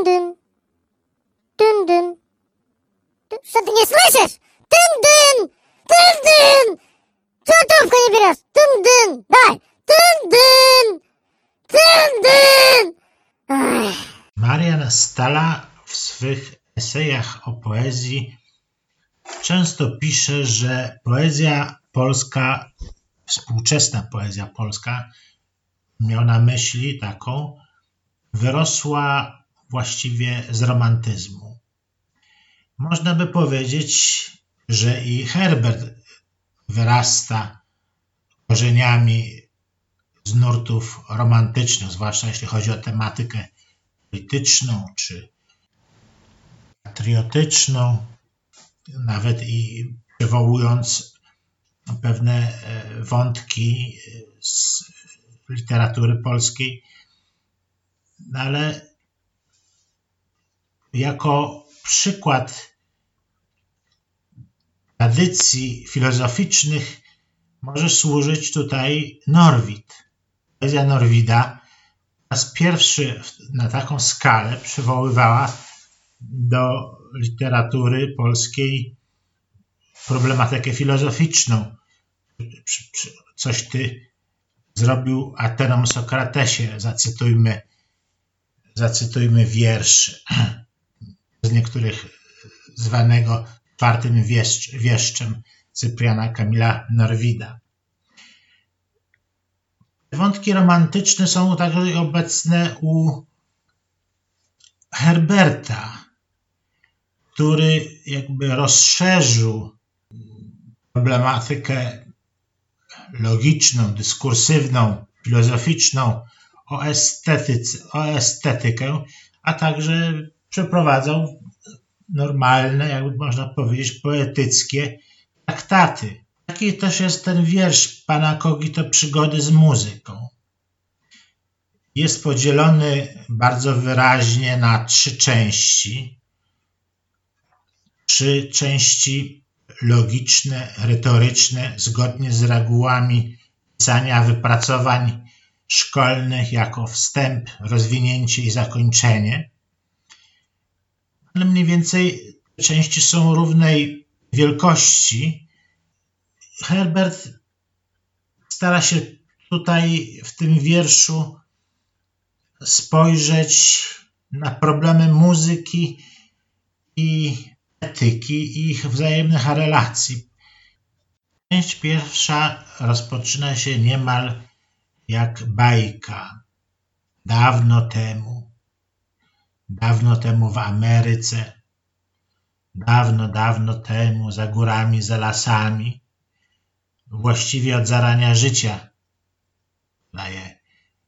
dyn. Dyn, dyn. Co ty nie słyszysz? Dyn, dyn. Dyn, dyn. Co trąbkę nie bierasz? Dyn, dyn. Daj. Dyn, dyn. Dyn, dyn. Marian Stala w swych esejach o poezji często pisze, że poezja polska, współczesna poezja polska, miał na myśli taką, wyrosła właściwie z romantyzmu. Można by powiedzieć, że i Herbert wyrasta korzeniami z nurtów romantycznych, zwłaszcza jeśli chodzi o tematykę polityczną czy patriotyczną, nawet i przywołując pewne wątki z literatury polskiej, ale jako przykład tradycji filozoficznych może służyć tutaj Norwid. Poezja Norwida po raz pierwszy na taką skalę przywoływała do literatury polskiej problematykę filozoficzną. Coś ty zrobił Atenom Sokratesie, zacytujmy wiersz z niektórych zwanego czwartym wieszczem Cypriana Kamila Norwida. Wątki romantyczne są także obecne u Herberta, który jakby rozszerzył problematykę logiczną, dyskursywną, filozoficzną o estetykę, a także przeprowadzał normalne, jakby można powiedzieć, poetyckie traktaty. Taki też jest ten wiersz pana Kogito Przygody z muzyką. Jest podzielony bardzo wyraźnie na 3 części. 3 części logiczne, retoryczne, zgodnie z regułami pisania wypracowań szkolnych jako wstęp, rozwinięcie i zakończenie. Ale mniej więcej te części są równej wielkości. Herbert stara się tutaj w tym wierszu spojrzeć na problemy muzyki i etyki i ich wzajemnych relacji. Część pierwsza rozpoczyna się niemal jak bajka. Dawno temu w Ameryce, dawno temu za górami, za lasami, właściwie od zarania życia, daje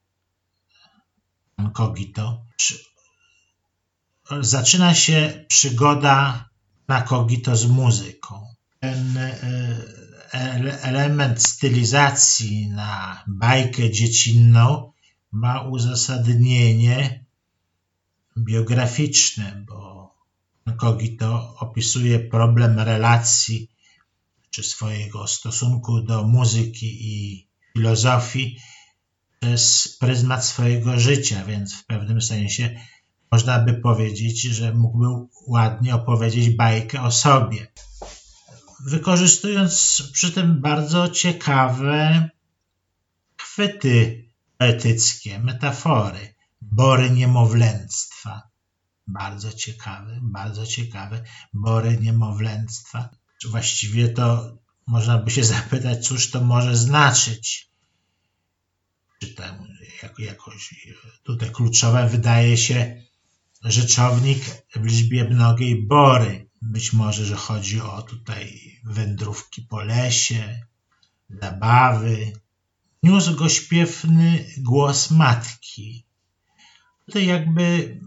pan Kogito. Zaczyna się przygoda na Kogito z muzyką. Ten element stylizacji na bajkę dziecinną ma uzasadnienie biograficzne, bo Kogito opisuje problem relacji czy swojego stosunku do muzyki i filozofii przez pryzmat swojego życia, więc w pewnym sensie można by powiedzieć, że mógłby ładnie opowiedzieć bajkę o sobie. Wykorzystując przy tym bardzo ciekawe chwyty poetyckie, metafory, bory niemowlęctwa. Bardzo ciekawe, bory niemowlęctwa. Właściwie to można by się zapytać, cóż to może znaczyć. Czy tam jakoś tutaj kluczowe wydaje się rzeczownik w liczbie mnogiej bory. Być może, że chodzi o tutaj wędrówki po lesie, zabawy. Niósł go śpiewny głos matki. Tutaj jakby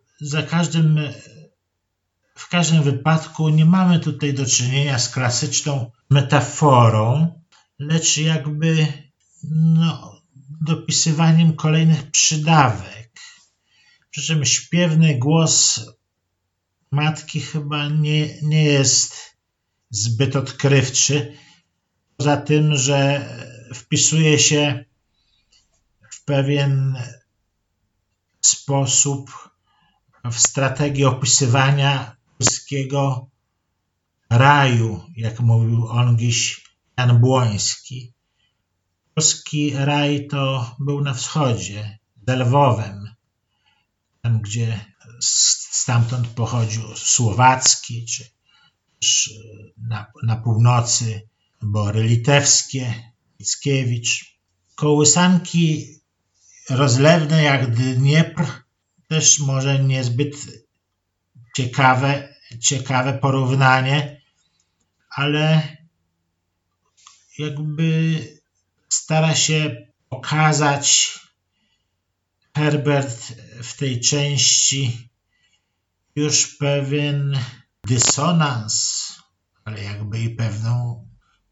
w każdym wypadku nie mamy tutaj do czynienia z klasyczną metaforą, lecz jakby dopisywaniem kolejnych przydawek. Przy czym śpiewny głos matki chyba nie jest zbyt odkrywczy, poza tym, że wpisuje się w pewien sposób w strategii opisywania polskiego raju, jak mówił ongiś Jan Błoński. Polski raj to był na wschodzie, za Lwowem, tam gdzie stamtąd pochodził Słowacki, czy też na północy Bory Litewskie, Mickiewicz. Kołysanki rozlewne jak Dniepr, też może niezbyt ciekawe porównanie, ale jakby stara się pokazać Herbert w tej części już pewien dysonans, ale jakby i pewną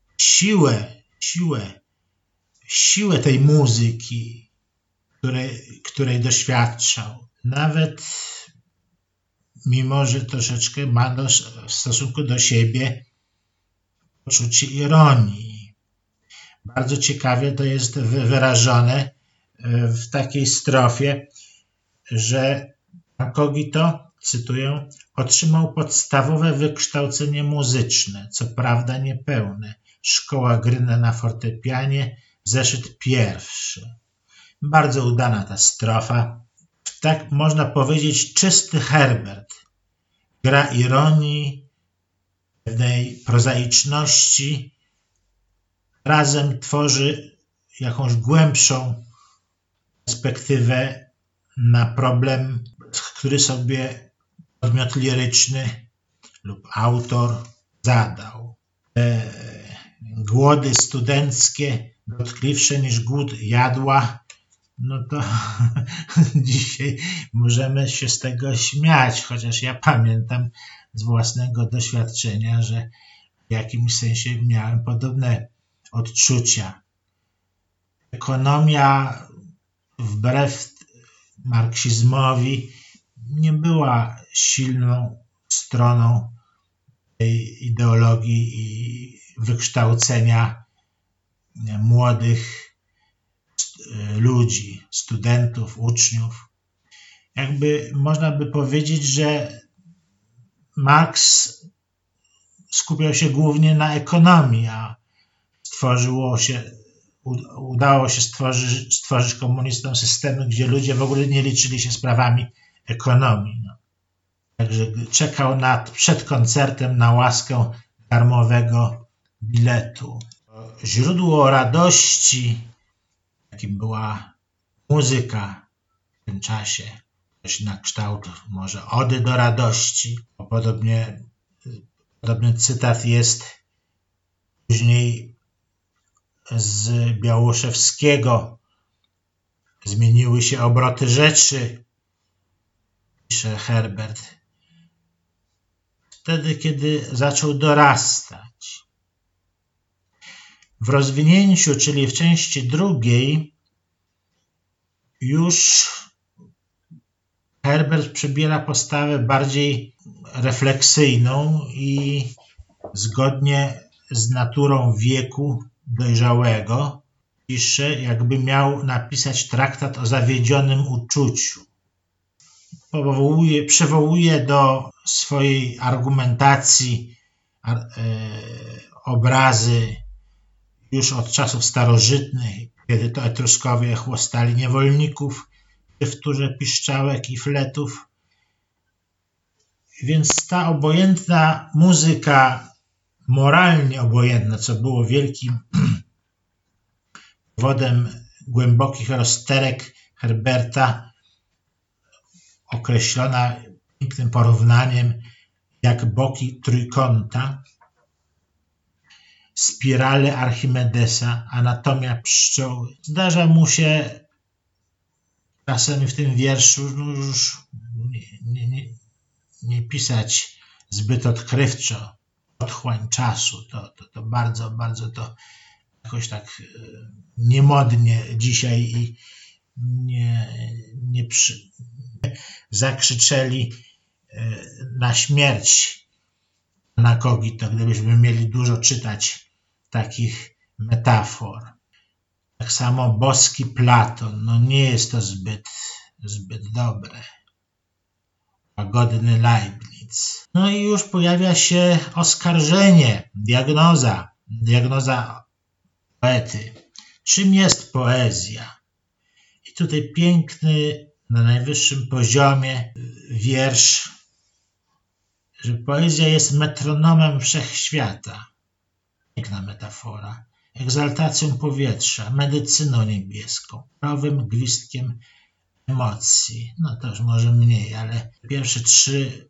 siłę tej muzyki, której doświadczał. Nawet mimo, że troszeczkę ma w stosunku do siebie poczucie ironii. Bardzo ciekawie to jest wyrażone w takiej strofie, że Pan Cogito, cytuję, otrzymał podstawowe wykształcenie muzyczne, co prawda niepełne. Szkoła gry na fortepianie, zeszyt pierwszy. Bardzo udana ta strofa. Tak można powiedzieć, czysty Herbert. Gra ironii, pewnej prozaiczności, razem tworzy jakąś głębszą perspektywę na problem, który sobie podmiot liryczny lub autor zadał. Głody studenckie, dotkliwsze niż głód jadła, no to dzisiaj możemy się z tego śmiać, chociaż ja pamiętam z własnego doświadczenia, że w jakimś sensie miałem podobne odczucia. Ekonomia wbrew marksizmowi nie była silną stroną tej ideologii i wykształcenia młodych ludzi, studentów, uczniów. Jakby można by powiedzieć, że Marks skupiał się głównie na ekonomii, a udało się stworzyć komunistom systemy, gdzie ludzie w ogóle nie liczyli się sprawami ekonomii. Także czekał przed koncertem na łaskę darmowego biletu. Źródło radości, jakim była muzyka w tym czasie, coś na kształt może ody do radości. Podobny cytat jest później z Białoszewskiego. Zmieniły się obroty rzeczy, pisze Herbert. Wtedy, kiedy zaczął dorastać. W rozwinięciu, czyli w części drugiej, już Herbert przybiera postawę bardziej refleksyjną i zgodnie z naturą wieku dojrzałego pisze, jakby miał napisać traktat o zawiedzionym uczuciu. Przywołuje do swojej argumentacji obrazy już od czasów starożytnych, kiedy to Etruskowie chłostali niewolników w wtórze piszczałek i fletów. Więc ta obojętna muzyka, moralnie obojętna, co było wielkim powodem głębokich rozterek Herberta, określona pięknym porównaniem jak boki trójkąta, spirale Archimedesa, anatomia pszczoły. Zdarza mu się czasem w tym wierszu już nie pisać zbyt odkrywczo, otchłań czasu. To bardzo, bardzo to jakoś tak niemodnie dzisiaj i zakrzyczeli na śmierć na Cogito, gdybyśmy mieli dużo czytać takich metafor. Tak samo boski Platon, nie jest to zbyt dobre. łagodny Leibniz. No i już pojawia się oskarżenie, diagnoza poety. Czym jest poezja? I tutaj piękny, na najwyższym poziomie wiersz, że poezja jest metronomem wszechświata. Piękna metafora. Egzaltacją powietrza, medycyną niebieską, prawym gwizdkiem emocji. No to już może mniej, ale pierwsze 3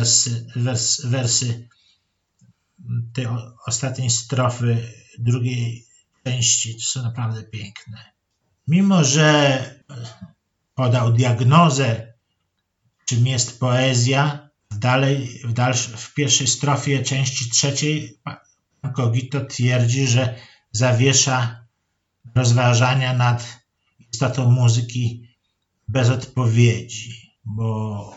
wersy tej ostatniej strofy drugiej części są naprawdę piękne. Mimo że podał diagnozę, czym jest poezja, w pierwszej strofie części 3 pan Cogito twierdzi, że zawiesza rozważania nad istotą muzyki bez odpowiedzi, bo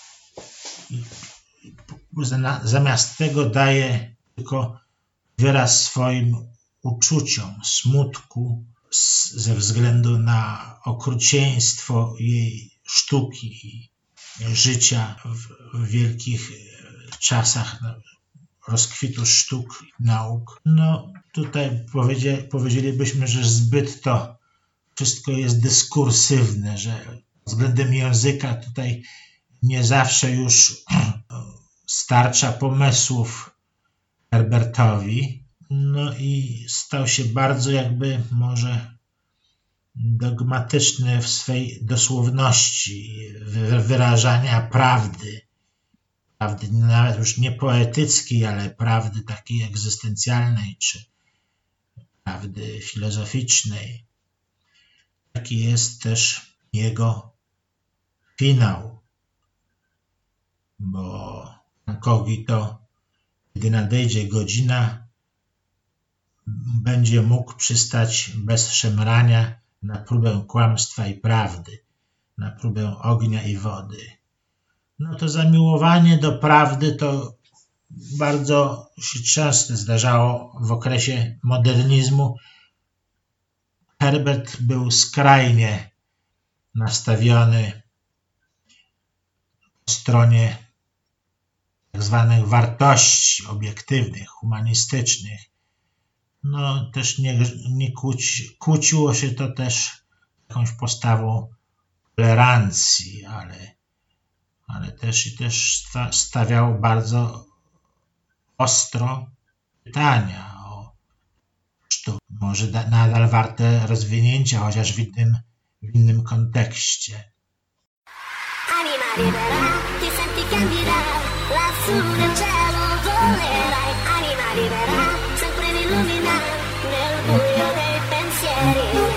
zamiast tego daje tylko wyraz swoim uczuciom, smutku ze względu na okrucieństwo jej sztuki i życia w wielkich czasach rozkwitu sztuk i nauk. No tutaj powiedzielibyśmy, że zbyt to wszystko jest dyskursywne, że względem języka tutaj nie zawsze już starcza pomysłów Herbertowi. No i stał się bardzo jakby może dogmatyczny w swej dosłowności wyrażania prawdy nawet już nie poetyckiej, ale prawdy takiej egzystencjalnej czy prawdy filozoficznej. Taki jest też jego finał, bo Cogito, gdy nadejdzie godzina, będzie mógł przystać bez szemrania na próbę kłamstwa i prawdy, na próbę ognia i wody. No to zamiłowanie do prawdy to bardzo się często zdarzało w okresie modernizmu. Herbert był skrajnie nastawiony po stronie tak zwanych wartości obiektywnych, humanistycznych. No też nie kłóciło się to też jakąś postawą tolerancji, ale też stawiał bardzo ostro pytania o sztukę. Może nadal warte rozwinięcia, chociaż w innym kontekście. Anima libera, ti senti candirà, lassù nel cielo volerai. Anima libera, sempre illuminare nel buio dei pensieri.